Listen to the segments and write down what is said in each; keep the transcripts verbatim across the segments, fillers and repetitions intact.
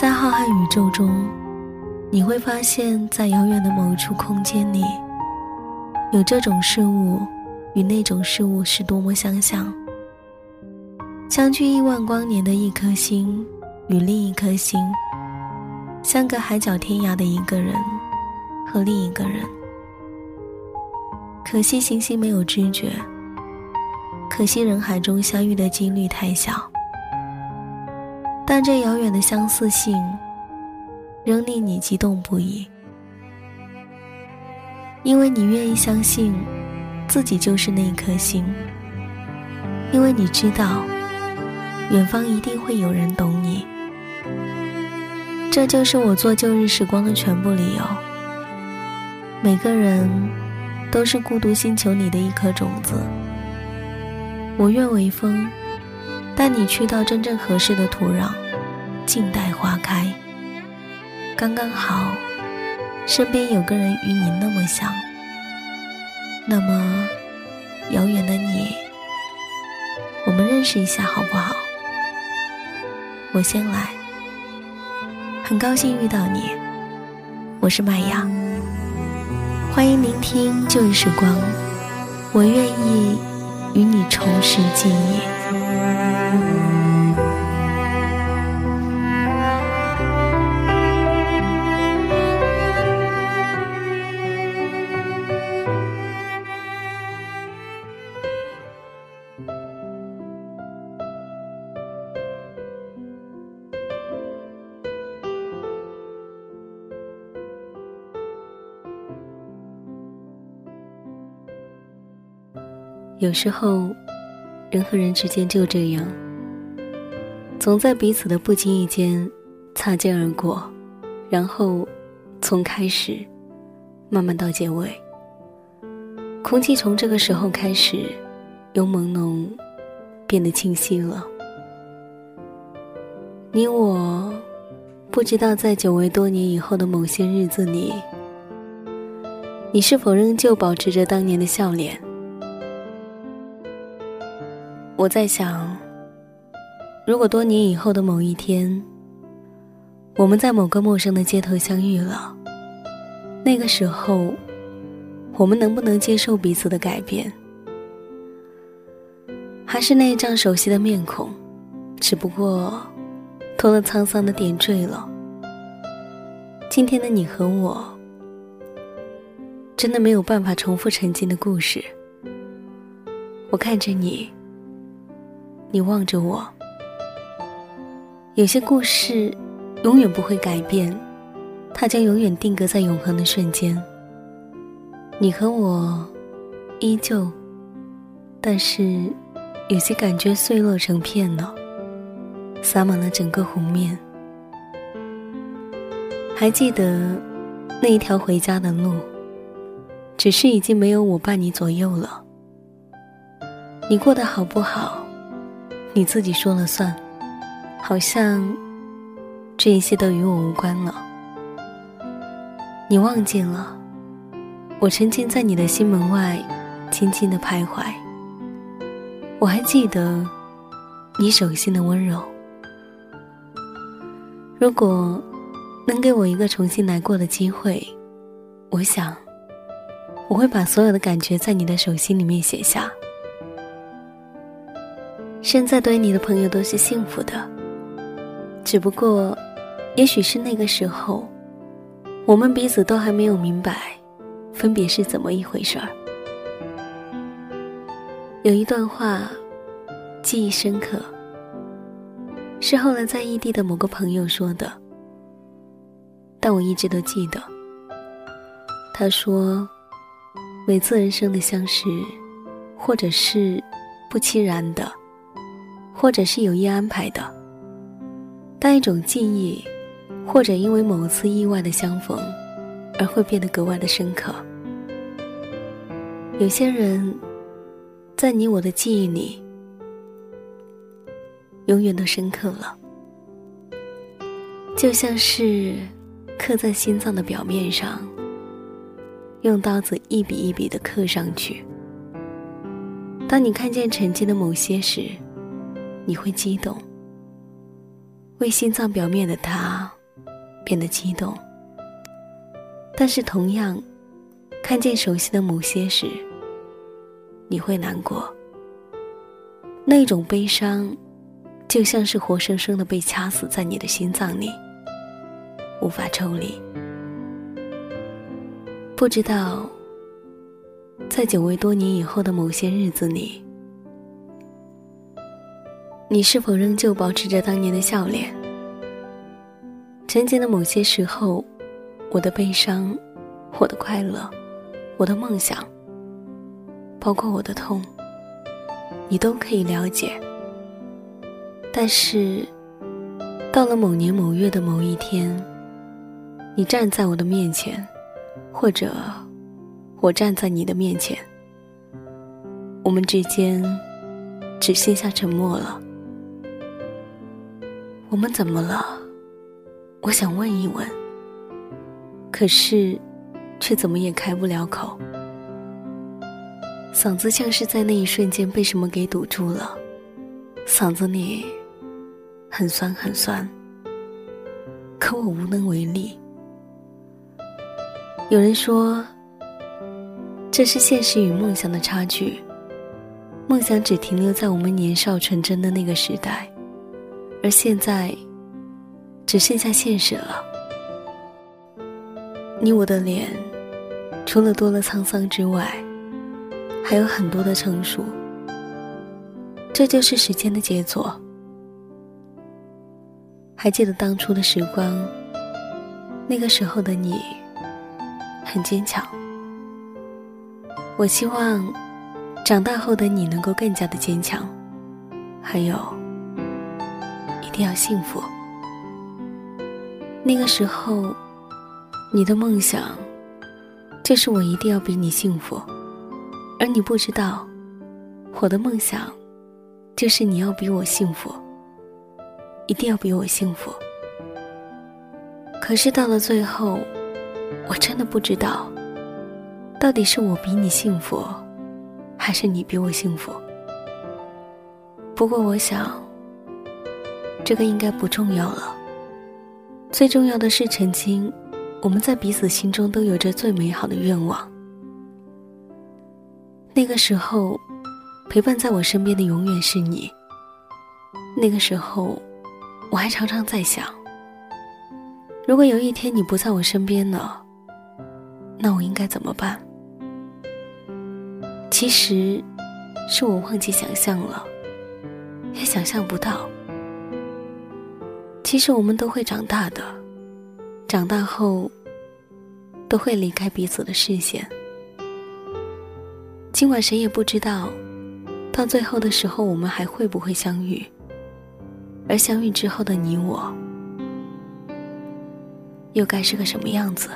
在浩瀚宇宙中，你会发现在遥远的某一处空间里，有这种事物与那种事物是多么相像。相距亿万光年的一颗星与另一颗星，相隔海角天涯的一个人和另一个人。可惜行星没有知觉，可惜人海中相遇的几率太小，但这遥远的相似性仍令你激动不已，因为你愿意相信自己就是那一颗星，因为你知道远方一定会有人懂你。这就是我做旧日时光的全部理由。每个人都是孤独星球里的一颗种子，我愿为风，带你去到真正合适的土壤，静待花开。刚刚好，身边有个人与你那么像，那么遥远的你，我们认识一下好不好？我先来。很高兴遇到你，我是麦芽，欢迎聆听旧日时光，我愿意与你重拾记忆。有时候人和人之间就这样，总在彼此的不经意间擦肩而过，然后从开始慢慢到结尾。空气从这个时候开始由朦胧变得清晰了。你我不知道在久违多年以后的某些日子里，你是否仍旧保持着当年的笑脸。我在想，如果多年以后的某一天，我们在某个陌生的街头相遇了，那个时候我们能不能接受彼此的改变？还是那一张熟悉的面孔，只不过脱了沧桑的点缀了。今天的你和我，真的没有办法重复曾经的故事。我看着你，你望着我，有些故事永远不会改变，它将永远定格在永恒的瞬间。你和我依旧，但是有些感觉碎落成片了，洒满了整个湖面。还记得那一条回家的路，只是已经没有我伴你左右了。你过得好不好，你自己说了算，好像这一切都与我无关了。你忘记了，我曾经在你的心门外轻轻地徘徊。我还记得你手心的温柔。如果能给我一个重新来过的机会，我想我会把所有的感觉在你的手心里面写下。现在对你的朋友都是幸福的，只不过也许是那个时候，我们彼此都还没有明白分别是怎么一回事儿。有一段话记忆深刻，是后来在异地的某个朋友说的，但我一直都记得。他说，每次人生的相识，或者是不期然的，或者是有意安排的，但一种记忆，或者因为某次意外的相逢而会变得格外的深刻。有些人在你我的记忆里永远都深刻了，就像是刻在心脏的表面上，用刀子一笔一笔地刻上去。当你看见曾经的某些时，你会激动， 为心脏表面的他变得激动，但是同样看见熟悉的某些时，你会难过。那种悲伤就像是活生生的被掐死在你的心脏里，无法抽离。不知道在久违多年以后的某些日子里，你是否仍旧保持着当年的笑脸？曾经的某些时候，我的悲伤，我的快乐，我的梦想，包括我的痛，你都可以了解。但是到了某年某月的某一天，你站在我的面前，或者我站在你的面前，我们之间只剩下沉默了。我们怎么了？我想问一问，可是却怎么也开不了口。嗓子像是在那一瞬间被什么给堵住了，嗓子里很酸很酸，可我无能为力。有人说，这是现实与梦想的差距，梦想只停留在我们年少纯真的那个时代，而现在只剩下现实了。你我的脸除了多了沧桑之外，还有很多的成熟，这就是时间的杰作。还记得当初的时光，那个时候的你很坚强，我希望长大后的你能够更加的坚强，还有一定要幸福。那个时候你的梦想就是我一定要比你幸福，而你不知道，我的梦想就是你要比我幸福，一定要比我幸福。可是到了最后，我真的不知道，到底是我比你幸福，还是你比我幸福。不过我想，这个应该不重要了。最重要的是，曾经我们在彼此心中都有着最美好的愿望。那个时候，陪伴在我身边的永远是你。那个时候，我还常常在想，如果有一天你不在我身边了，那我应该怎么办？其实是我忘记想象了，也想象不到。其实我们都会长大的，长大后都会离开彼此的视线。尽管谁也不知道，到最后的时候我们还会不会相遇，而相遇之后的你我，又该是个什么样子？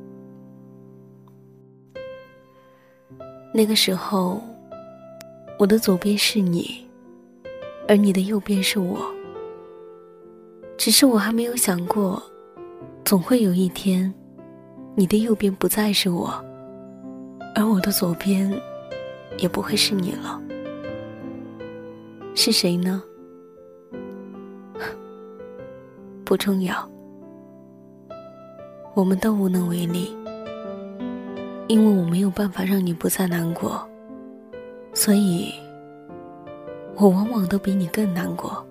那个时候，我的左边是你，而你的右边是我。只是我还没有想过，总会有一天，你的右边不再是我，而我的左边也不会是你了。是谁呢？不重要，我们都无能为力，因为我没有办法让你不再难过，所以我往往都比你更难过。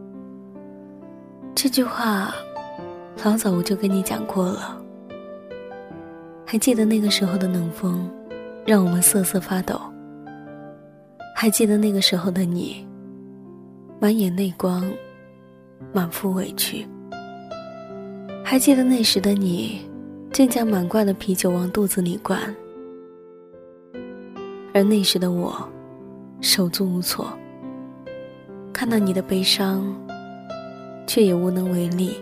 这句话老早我就跟你讲过了，还记得那个时候的冷风让我们瑟瑟发抖，还记得那个时候的你满眼泪光，满腹委屈，还记得那时的你正将满罐的啤酒往肚子里灌，而那时的我手足无措，看到你的悲伤却也无能为力，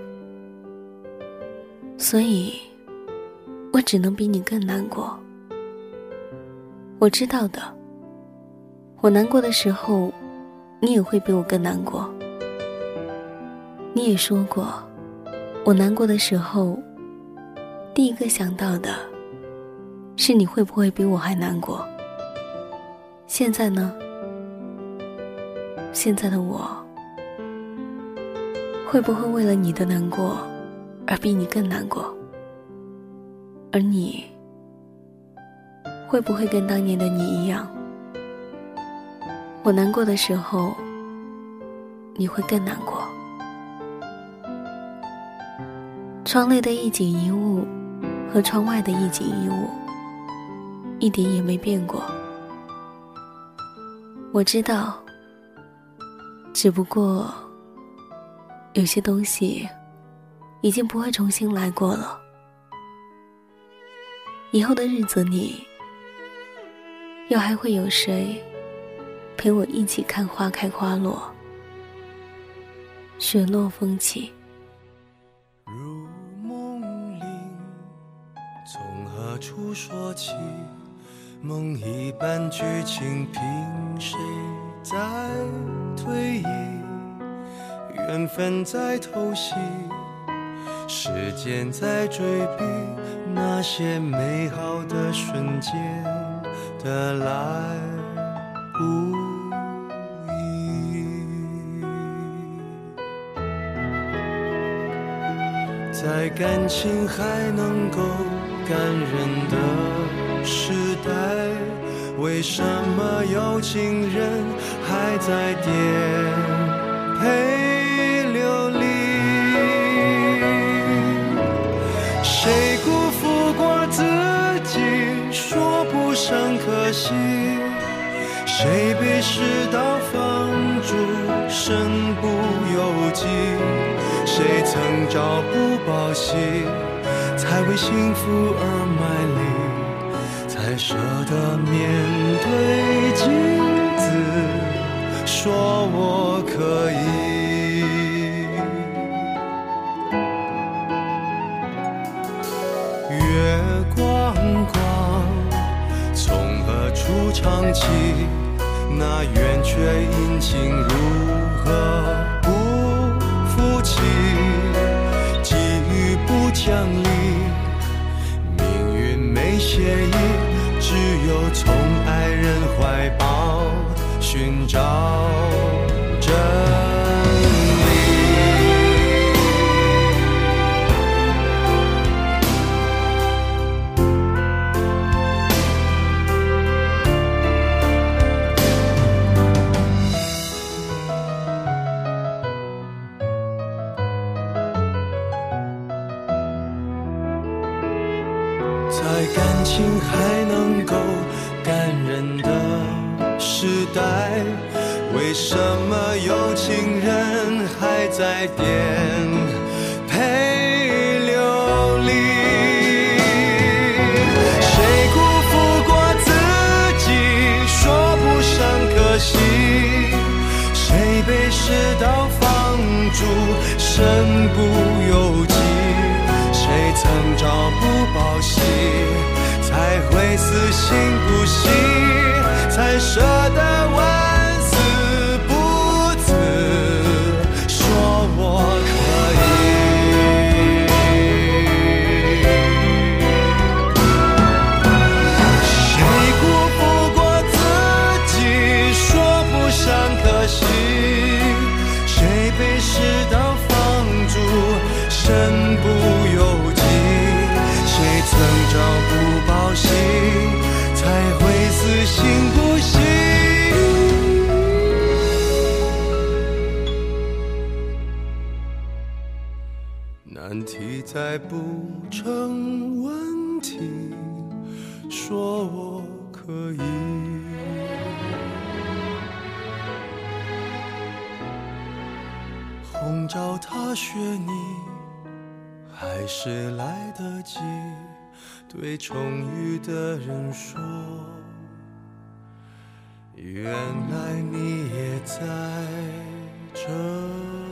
所以我只能比你更难过。我知道的，我难过的时候你也会比我更难过。你也说过，我难过的时候第一个想到的是你会不会比我还难过。现在呢？现在的我会不会为了你的难过而比你更难过？而你会不会跟当年的你一样，我难过的时候你会更难过？窗内的一景一物和窗外的一景一物一点也没变过。我知道，只不过有些东西已经不会重新来过了。以后的日子里，又还会有谁陪我一起看花开花落，雪落风起？ 如梦令，从何处说起？梦一般剧情，凭谁在推移？缘分在偷袭，时间在追逼，那些美好的瞬间的来不易。在感情还能够感人的时代，为什么有情人还在颠沛流离？谁辜负过自己，说不上可惜？谁被世道放逐，身不由己？谁曾朝不保夕，才为幸福而卖力，才舍得面对镜子，说我可以。月光光，从何处唱起？那圆缺阴晴如何不负起？际遇不讲理，命运没协议，只有从爱人怀抱寻找真理。在感情还能够感人的时代，为什么有情人还在颠沛流离？谁辜负过自己，说不上可惜？谁被世道放逐，身不由己？谁曾朝不保夕，才会死心不息，才舍得万死不辞，说我可以。谁辜负过自己，说不上可惜？谁被世道放逐，身不由己？谁曾朝不保夕，才会死心不息？难题再不成问题，说我可以。红照踏雪你，还是来得及对重遇的人说，原来你也在这里。